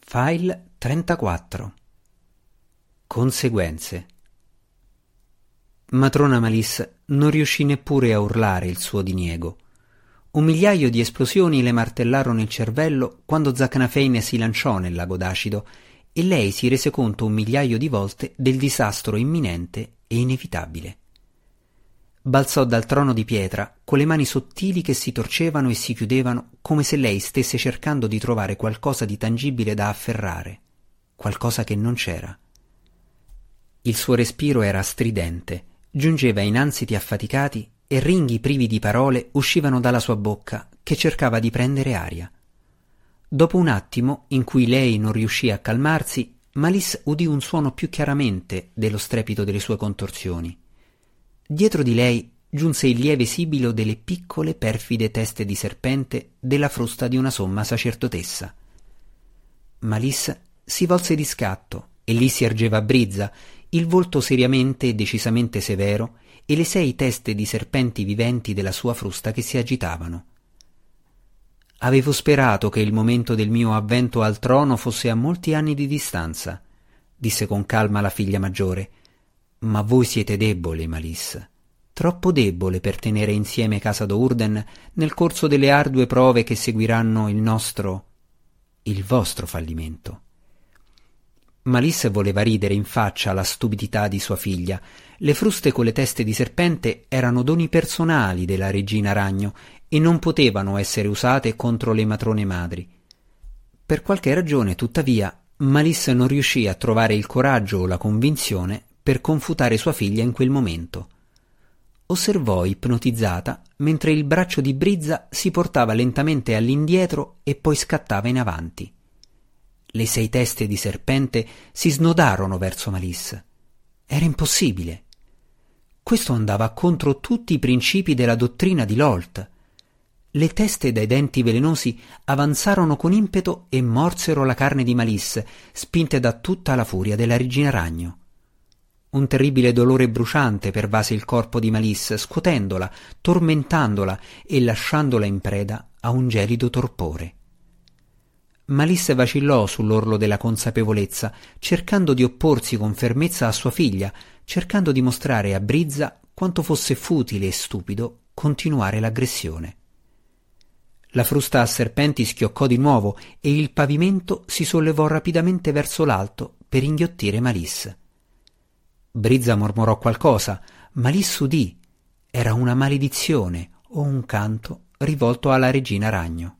File 34. Conseguenze. Matrona Malice non riuscì neppure a urlare il suo diniego. 1.000.000 di esplosioni le martellarono il cervello quando Zacnafein si lanciò nel lago d'acido e lei si rese conto 1.000.000 di volte del disastro imminente e inevitabile. Balzò dal trono di pietra con le mani sottili che si torcevano e si chiudevano come se lei stesse cercando di trovare qualcosa di tangibile da afferrare, qualcosa che non c'era. Il suo respiro era stridente, giungeva in ansiti affaticati e ringhi privi di parole uscivano dalla sua bocca che cercava di prendere aria. Dopo un attimo in cui lei non riuscì a calmarsi, Malice udì un suono più chiaramente dello strepito delle sue contorsioni. Dietro di lei giunse il lieve sibilo delle piccole perfide teste di serpente della frusta di una somma sacerdotessa. Malice si volse di scatto e lì si ergeva Brizza, il volto seriamente e decisamente severo e le 6 teste di serpenti viventi della sua frusta che si agitavano. «Avevo sperato che il momento del mio avvento al trono fosse a molti anni di distanza», disse con calma la figlia maggiore. «Ma voi siete debole, Malice, troppo debole per tenere insieme Casa Dourdan nel corso delle ardue prove che seguiranno il vostro fallimento». Malice voleva ridere in faccia alla stupidità di sua figlia. Le fruste con le teste di serpente erano doni personali della regina ragno e non potevano essere usate contro le matrone madri. Per qualche ragione, tuttavia, Malice non riuscì a trovare il coraggio o la convinzione per confutare sua figlia in quel momento. Osservò ipnotizzata mentre il braccio di Brizza si portava lentamente all'indietro e poi scattava in avanti. Le 6 teste di serpente si snodarono verso Malice. Era impossibile. Questo andava contro tutti i principi della dottrina di Lolt. Le teste dai denti velenosi avanzarono con impeto e morsero la carne di Malice, spinte da tutta la furia della regina ragno. Un terribile dolore bruciante pervase il corpo di Malice, scuotendola, tormentandola e lasciandola in preda a un gelido torpore. Malice vacillò sull'orlo della consapevolezza, cercando di opporsi con fermezza a sua figlia, cercando di mostrare a Brizza quanto fosse futile e stupido continuare l'aggressione. La frusta a serpenti schioccò di nuovo e il pavimento si sollevò rapidamente verso l'alto per inghiottire Malice. Brizza mormorò qualcosa, Malice udì. Era una maledizione o un canto rivolto alla regina ragno.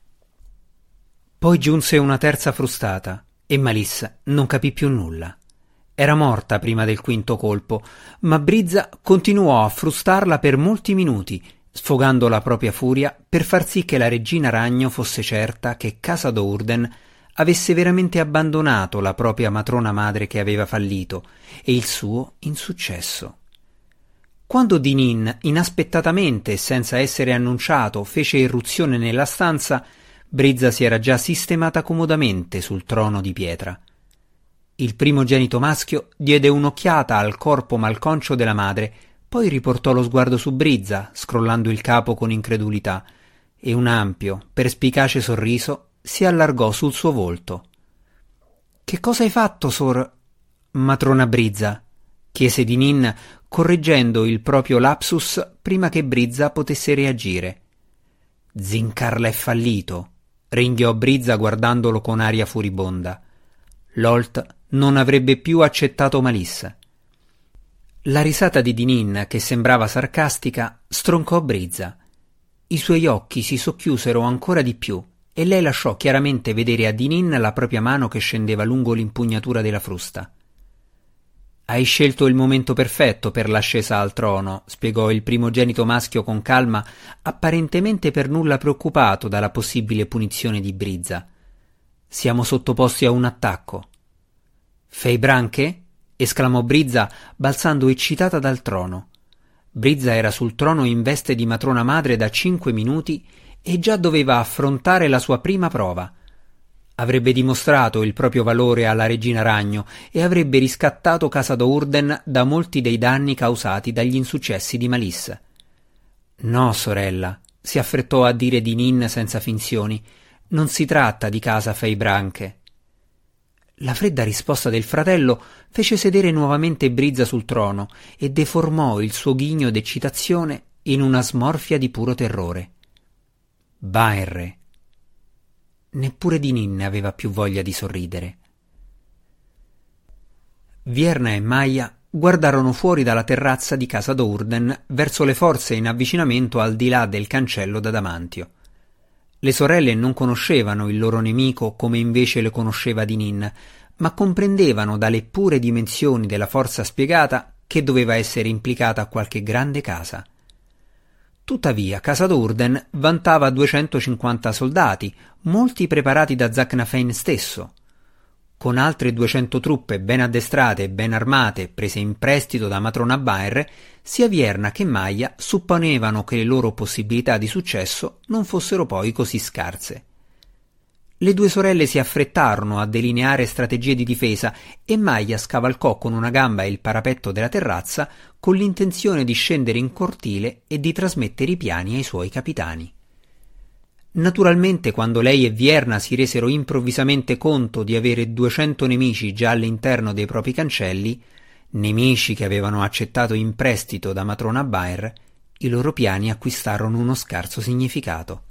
Poi giunse una terza frustata e Malice non capì più nulla. Era morta prima del quinto colpo, ma Brizza continuò a frustarla per molti minuti, sfogando la propria furia per far sì che la regina ragno fosse certa che Casa Dourdan avesse veramente abbandonato la propria matrona madre che aveva fallito e il suo insuccesso. Quando Dinin, inaspettatamente e senza essere annunciato, fece irruzione nella stanza, Brizza si era già sistemata comodamente sul trono di pietra. Il primogenito maschio diede un'occhiata al corpo malconcio della madre, poi riportò lo sguardo su Brizza, scrollando il capo con incredulità, e un ampio, perspicace sorriso si allargò sul suo volto. «Che cosa hai fatto, sor matrona Brizza?» chiese Dinin, correggendo il proprio lapsus prima che Brizza potesse reagire. «Zincarla è fallito», ringhiò Brizza guardandolo con aria furibonda. Lolt non avrebbe più accettato Malice. La risata di Dinin, che sembrava sarcastica, stroncò Brizza. I suoi occhi si socchiusero ancora di più e lei lasciò chiaramente vedere a Dinin la propria mano che scendeva lungo l'impugnatura della frusta. «Hai scelto il momento perfetto per l'ascesa al trono», spiegò il primogenito maschio con calma, apparentemente per nulla preoccupato dalla possibile punizione di Brizza. «Siamo sottoposti a un attacco». «Fei branche?» esclamò Brizza, balzando eccitata dal trono. Brizza era sul trono in veste di matrona madre da 5 minuti e già doveva affrontare la sua prima prova. Avrebbe dimostrato il proprio valore alla regina ragno e avrebbe riscattato Casa Dourdan da molti dei danni causati dagli insuccessi di Malice. «No, sorella», si affrettò a dire Dinin senza finzioni, «non si tratta di casa Fei Branche». La fredda risposta del fratello fece sedere nuovamente Brizza sul trono e deformò il suo ghigno d'eccitazione in una smorfia di puro terrore. Baenre. Neppure Dinin aveva più voglia di sorridere. Vierna e Maia guardarono fuori dalla terrazza di casa Dourdan verso le forze in avvicinamento al di là del cancello d'adamantio. Le sorelle non conoscevano il loro nemico come invece le conosceva Dinin, ma comprendevano dalle pure dimensioni della forza spiegata che doveva essere implicata qualche grande casa. Tuttavia casa Dourdan vantava 250 soldati, molti preparati da Zaknafein stesso. Con altre 200 truppe ben addestrate e ben armate prese in prestito da matrona Baenre, sia Vierna che Maia supponevano che le loro possibilità di successo non fossero poi così scarse. Le due sorelle si affrettarono a delineare strategie di difesa e Maia scavalcò con una gamba il parapetto della terrazza con l'intenzione di scendere in cortile e di trasmettere i piani ai suoi capitani. Naturalmente, quando lei e Vierna si resero improvvisamente conto di avere 200 nemici già all'interno dei propri cancelli, nemici che avevano accettato in prestito da matrona Baenre, i loro piani acquistarono uno scarso significato.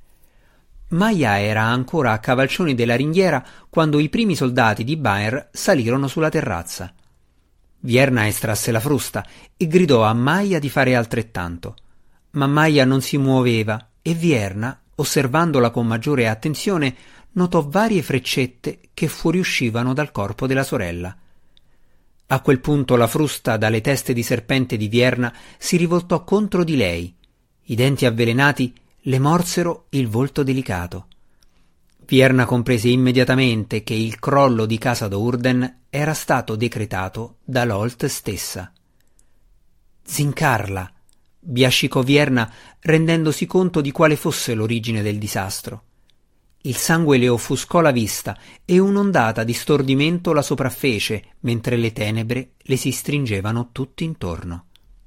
Maia era ancora a cavalcioni della ringhiera quando i primi soldati di Baenre salirono sulla terrazza. Vierna estrasse la frusta e gridò a Maia di fare altrettanto, ma Maia non si muoveva e Vierna, osservandola con maggiore attenzione, notò varie freccette che fuoriuscivano dal corpo della sorella. A quel punto la frusta dalle teste di serpente di Vierna si rivoltò contro di lei. I denti avvelenati le morsero il volto delicato. Vierna comprese immediatamente che il crollo di casa Dourdan era stato decretato da Lolt stessa. Zincarla, biascicò Vierna, rendendosi conto di quale fosse l'origine del disastro. Il sangue le offuscò la vista e un'ondata di stordimento la sopraffece, mentre le tenebre le si stringevano tutto intorno.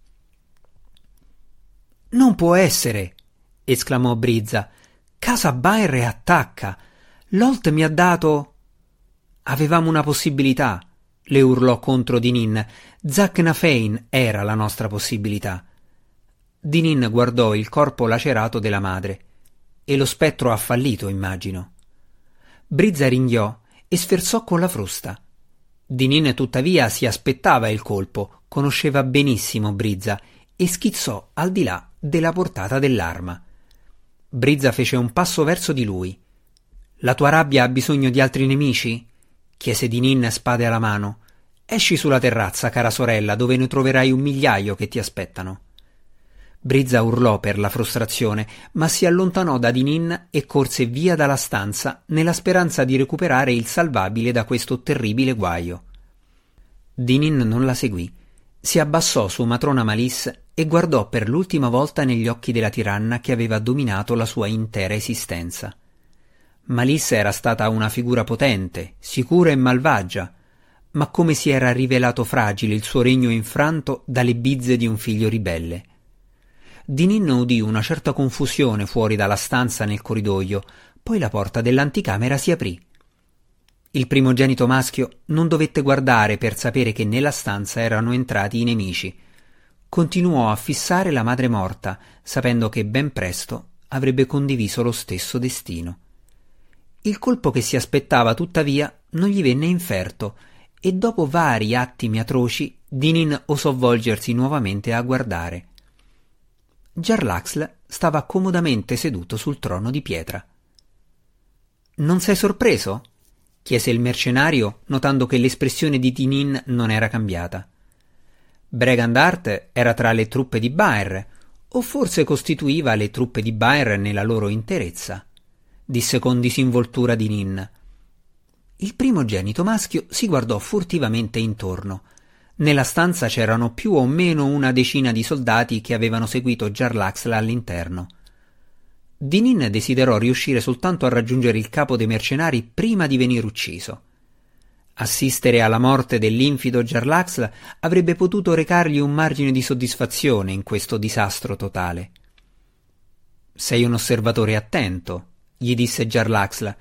«Non può essere!» esclamò Brizza. «Casa Baenre attacca! Lolt mi ha dato...» «Avevamo una possibilità!» le urlò contro Dinin. «Zaknafein era la nostra possibilità!» Dinin guardò il corpo lacerato della madre. «E lo spettro ha fallito, immagino». Brizza ringhiò e sferzò con la frusta. Dinin tuttavia si aspettava il colpo, conosceva benissimo Brizza e schizzò al di là della portata dell'arma. Brizza fece un passo verso di lui. «La tua rabbia ha bisogno di altri nemici?» chiese Dinin, spade alla mano. «Esci sulla terrazza, cara sorella, dove ne troverai 1.000.000 che ti aspettano». Brizza urlò per la frustrazione, ma si allontanò da Dinin e corse via dalla stanza nella speranza di recuperare il salvabile da questo terribile guaio. Dinin non la seguì. Si abbassò su matrona Malice e guardò per l'ultima volta negli occhi della tiranna che aveva dominato la sua intera esistenza. Malice era stata una figura potente, sicura e malvagia, ma come si era rivelato fragile il suo regno infranto dalle bizze di un figlio ribelle. Dinin udì una certa confusione fuori dalla stanza nel corridoio, poi la porta dell'anticamera si aprì. Il primogenito maschio non dovette guardare per sapere che nella stanza erano entrati i nemici. Continuò a fissare la madre morta, sapendo che ben presto avrebbe condiviso lo stesso destino. Il colpo che si aspettava, tuttavia, non gli venne inferto, e dopo vari attimi atroci Dinin osò volgersi nuovamente a guardare. Jarlaxle stava comodamente seduto sul trono di pietra. «Non sei sorpreso?» chiese il mercenario, notando che l'espressione di Dinin non era cambiata. Bregandart era tra le truppe di Baenre, o forse costituiva le truppe di Baenre nella loro interezza, disse con disinvoltura Dinin. Il primogenito maschio si guardò furtivamente intorno. Nella stanza c'erano più o meno una decina di soldati che avevano seguito Jarlaxle all'interno. Dinin desiderò riuscire soltanto a raggiungere il capo dei mercenari prima di venire ucciso. Assistere alla morte dell'infido Jarlaxle avrebbe potuto recargli un margine di soddisfazione in questo disastro totale. «Sei un osservatore attento», gli disse Jarlaxle.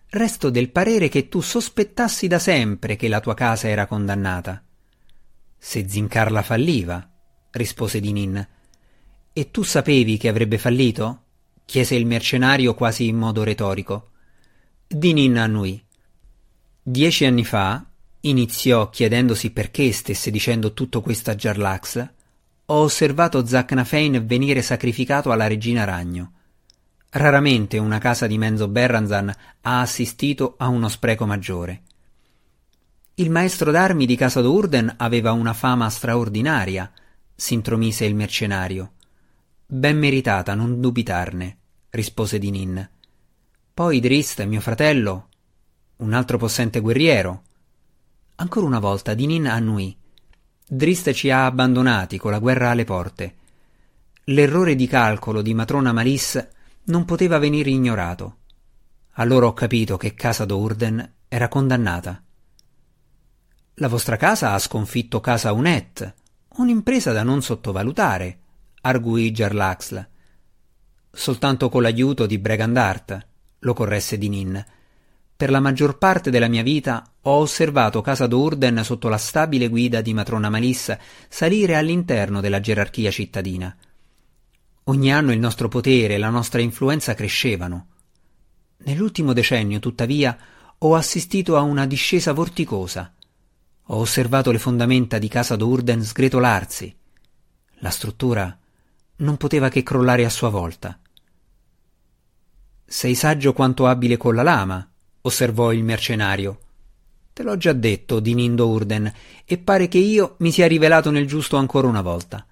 resto del parere che tu sospettassi da sempre che la tua casa era condannata. Se Zincarla falliva, rispose Dinin. E tu sapevi che avrebbe fallito? Chiese il mercenario quasi in modo retorico. Dinin annui. 10 anni fa, iniziò chiedendosi perché stesse dicendo tutto questo a Jarlaxle, ho osservato Zaknafein venire sacrificato alla regina ragno. Raramente una casa di Menzoberranzan ha assistito a uno spreco maggiore. Il maestro d'armi di casa d'Urden aveva una fama straordinaria, s'intromise il mercenario. Ben meritata, non dubitarne, rispose Dinin. Poi Drist, mio fratello, un altro possente guerriero. Ancora una volta Dinin annui. Drist ci ha abbandonati con la guerra alle porte. L'errore di calcolo di matrona Malice non poteva venire ignorato. Allora ho capito che casa d'Urden era condannata. La vostra casa ha sconfitto casa Unet, un'impresa da non sottovalutare, arguì Jarlaxle. Soltanto con l'aiuto di Bregandart, lo corresse Dinin. Per la maggior parte della mia vita ho osservato casa d'Urden sotto la stabile guida di matrona Malice salire all'interno della gerarchia cittadina. Ogni anno il nostro potere e la nostra influenza crescevano. Nell'ultimo decennio, tuttavia, ho assistito a una discesa vorticosa. Ho osservato le fondamenta di casa d'Urden sgretolarsi. La struttura non poteva che crollare a sua volta. Sei saggio quanto abile con la lama, osservò il mercenario. Te l'ho già detto, Dinin d'Urden, e pare che io mi sia rivelato nel giusto ancora una volta.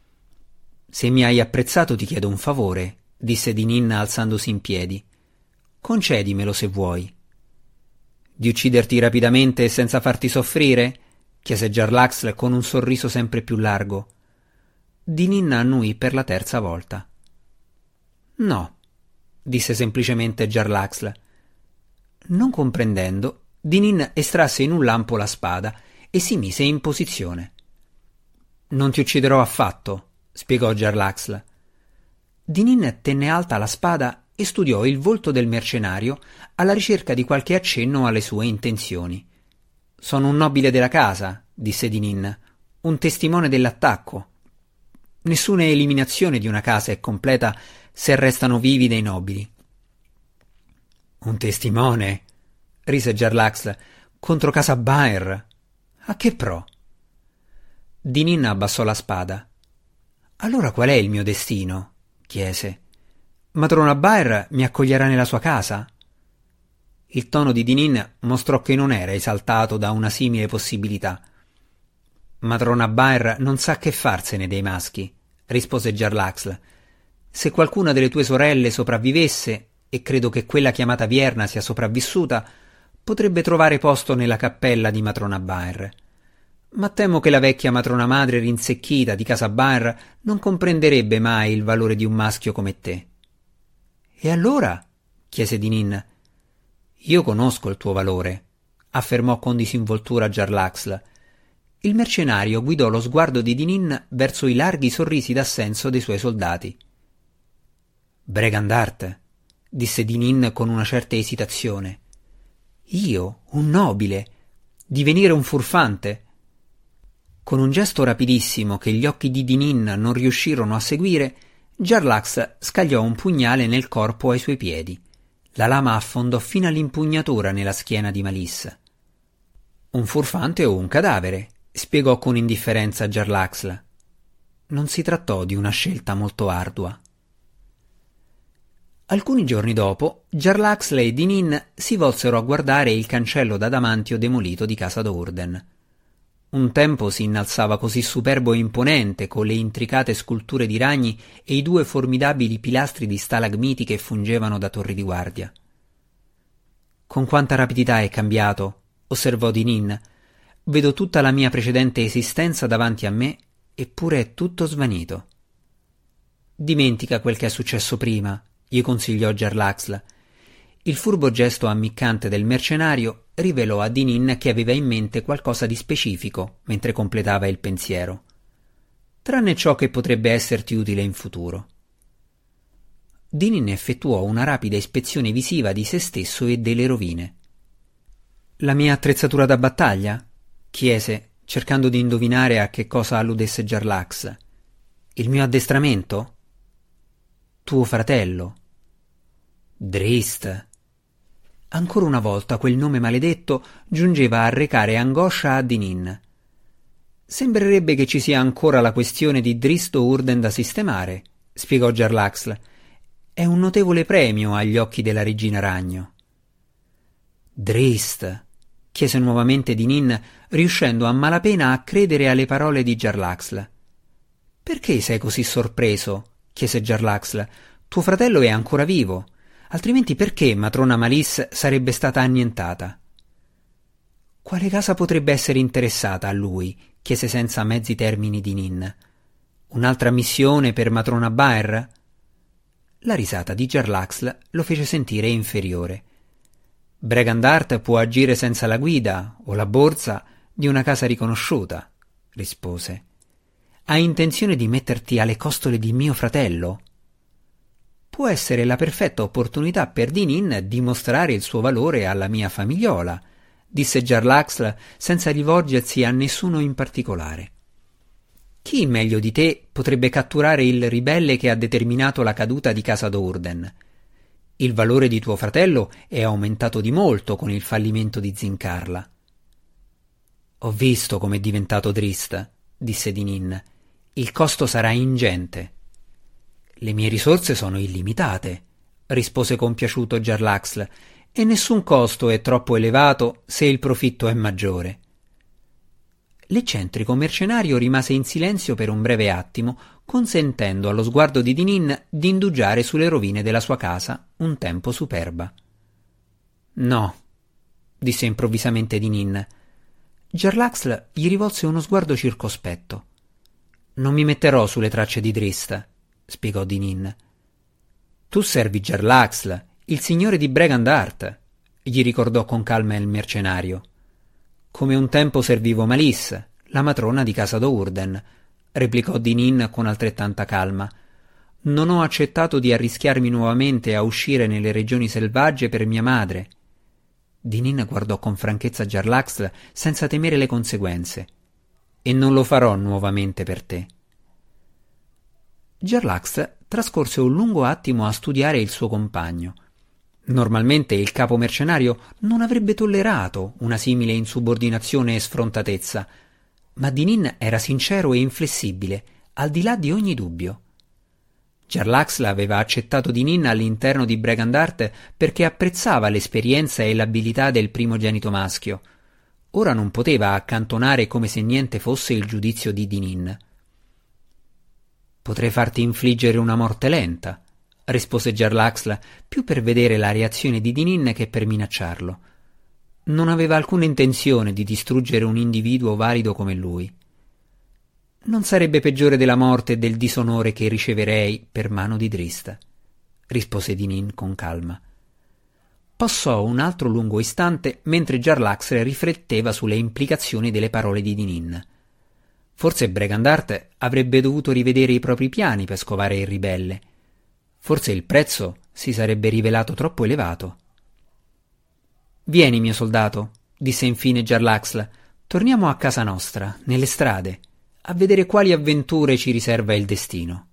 Se mi hai apprezzato ti chiedo un favore, disse Dinin alzandosi in piedi. Concedimelo se vuoi. Di ucciderti rapidamente e senza farti soffrire? Chiese Jarlaxle con un sorriso sempre più largo. Dinin annui per la terza volta. No, disse semplicemente Jarlaxle. Non comprendendo, Dinin estrasse in un lampo la spada e si mise in posizione. Non ti ucciderò affatto, spiegò Jarlaxle. Dinin tenne alta la spada e studiò il volto del mercenario alla ricerca di qualche accenno alle sue intenzioni. Sono un nobile della casa, disse Dinin, un testimone dell'attacco. Nessuna eliminazione di una casa è completa se restano vivi dei nobili. Un testimone? Rise Jarlaxle. Contro casa Baer? A che pro? Dinin abbassò la spada. Allora qual è il mio destino? Chiese. Matrona Baer mi accoglierà nella sua casa? Il tono di Dinin mostrò che non era esaltato da una simile possibilità. Matrona Baer non sa che farsene dei maschi, rispose Jarlaxle. Se qualcuna delle tue sorelle sopravvivesse, e credo che quella chiamata Vierna sia sopravvissuta, potrebbe trovare posto nella cappella di matrona Baer. Ma temo che la vecchia matrona madre rinsecchita di casa Baer non comprenderebbe mai il valore di un maschio come te. E allora? Chiese Dinin. Io conosco il tuo valore, affermò con disinvoltura Jarlaxle. Il mercenario guidò lo sguardo di Dinin verso i larghi sorrisi d'assenso dei suoi soldati. Bregandart, disse Dinin con una certa esitazione. Io, un nobile, divenire un furfante? Con un gesto rapidissimo che gli occhi di Dinin non riuscirono a seguire, Jarlaxle scagliò un pugnale nel corpo ai suoi piedi. La lama affondò fino all'impugnatura nella schiena di Malice. Un furfante o un cadavere, spiegò con indifferenza Jarlaxle. Non si trattò di una scelta molto ardua. Alcuni giorni dopo, Jarlaxle e Dinin si volsero a guardare il cancello d'adamantio demolito di casa d'Urden. Un tempo si innalzava così superbo e imponente, con le intricate sculture di ragni e i 2 formidabili pilastri di stalagmiti che fungevano da torri di guardia. Con quanta rapidità è cambiato, osservò Dinin. Vedo tutta la mia precedente esistenza davanti a me, eppure è tutto svanito. Dimentica quel che è successo prima, gli consigliò Jarlaxle. Il furbo gesto ammiccante del mercenario rivelò a Dinin che aveva in mente qualcosa di specifico mentre completava il pensiero. Tranne ciò che potrebbe esserti utile in futuro. Dinin effettuò una rapida ispezione visiva di se stesso e delle rovine. «La mia attrezzatura da battaglia?» chiese, cercando di indovinare a che cosa alludesse Jarlax. «Il mio addestramento?» «Tuo fratello?» «Drist». Ancora una volta quel nome maledetto giungeva a recare angoscia a Dinin. «Sembrerebbe che ci sia ancora la questione di Drist o Urden da sistemare», spiegò Jarlaxle. «È un notevole premio agli occhi della regina ragno». «Drist?» chiese nuovamente Dinin, riuscendo a malapena a credere alle parole di Jarlaxle. «Perché sei così sorpreso?» chiese Jarlaxle. «Tuo fratello è ancora vivo. Altrimenti perché matrona Malice sarebbe stata annientata?» «Quale casa potrebbe essere interessata a lui?» chiese senza mezzi termini Dinin. «Un'altra missione per matrona Baer?» La risata di Jarlaxle lo fece sentire inferiore. «Bregandart può agire senza la guida o la borsa di una casa riconosciuta», rispose. «Hai intenzione di metterti alle costole di mio fratello?» «Può essere la perfetta opportunità per Dinin di mostrare il suo valore alla mia famigliola», disse Jarlaxle senza rivolgersi a nessuno in particolare. «Chi meglio di te potrebbe catturare il ribelle che ha determinato la caduta di Casa d'Urden? Il valore di tuo fratello è aumentato di molto con il fallimento di Zincarla». «Ho visto come è diventato Drist», disse Dinin. «Il costo sarà ingente». «Le mie risorse sono illimitate», rispose compiaciuto Jarlaxle, «e nessun costo è troppo elevato se il profitto è maggiore». L'eccentrico mercenario rimase in silenzio per un breve attimo, consentendo allo sguardo di Dinin di indugiare sulle rovine della sua casa, un tempo superba. «No», disse improvvisamente Dinin. Jarlaxle gli rivolse uno sguardo circospetto. «Non mi metterò sulle tracce di Drist», spiegò Dinin. «Tu servi Jarlaxle, il signore di Bregandart», gli ricordò con calma il mercenario. «Come un tempo servivo Malice, la matrona di Casa d'Urden», replicò Dinin con altrettanta calma. «Non ho accettato di arrischiarmi nuovamente a uscire nelle regioni selvagge per mia madre». Dinin guardò con franchezza Jarlaxle senza temere le conseguenze. «E non lo farò nuovamente per te». Jarlaxle trascorse un lungo attimo a studiare il suo compagno. Normalmente il capo mercenario non avrebbe tollerato una simile insubordinazione e sfrontatezza, ma Dinin era sincero e inflessibile, al di là di ogni dubbio. Jarlaxle aveva accettato Dinin all'interno di Bregandart perché apprezzava l'esperienza e l'abilità del primogenito maschio. Ora non poteva accantonare come se niente fosse il giudizio di Dinin. «Potrei farti infliggere una morte lenta», rispose Jarlaxle, più per vedere la reazione di Dinin che per minacciarlo. Non aveva alcuna intenzione di distruggere un individuo valido come lui. «Non sarebbe peggiore della morte e del disonore che riceverei per mano di Drist», rispose Dinin con calma. Passò un altro lungo istante mentre Jarlaxle rifletteva sulle implicazioni delle parole di Dinin. Forse Bregandart avrebbe dovuto rivedere i propri piani per scovare il ribelle. Forse il prezzo si sarebbe rivelato troppo elevato. «Vieni, mio soldato», disse infine Jarlaxle, «torniamo a casa nostra, nelle strade, a vedere quali avventure ci riserva il destino».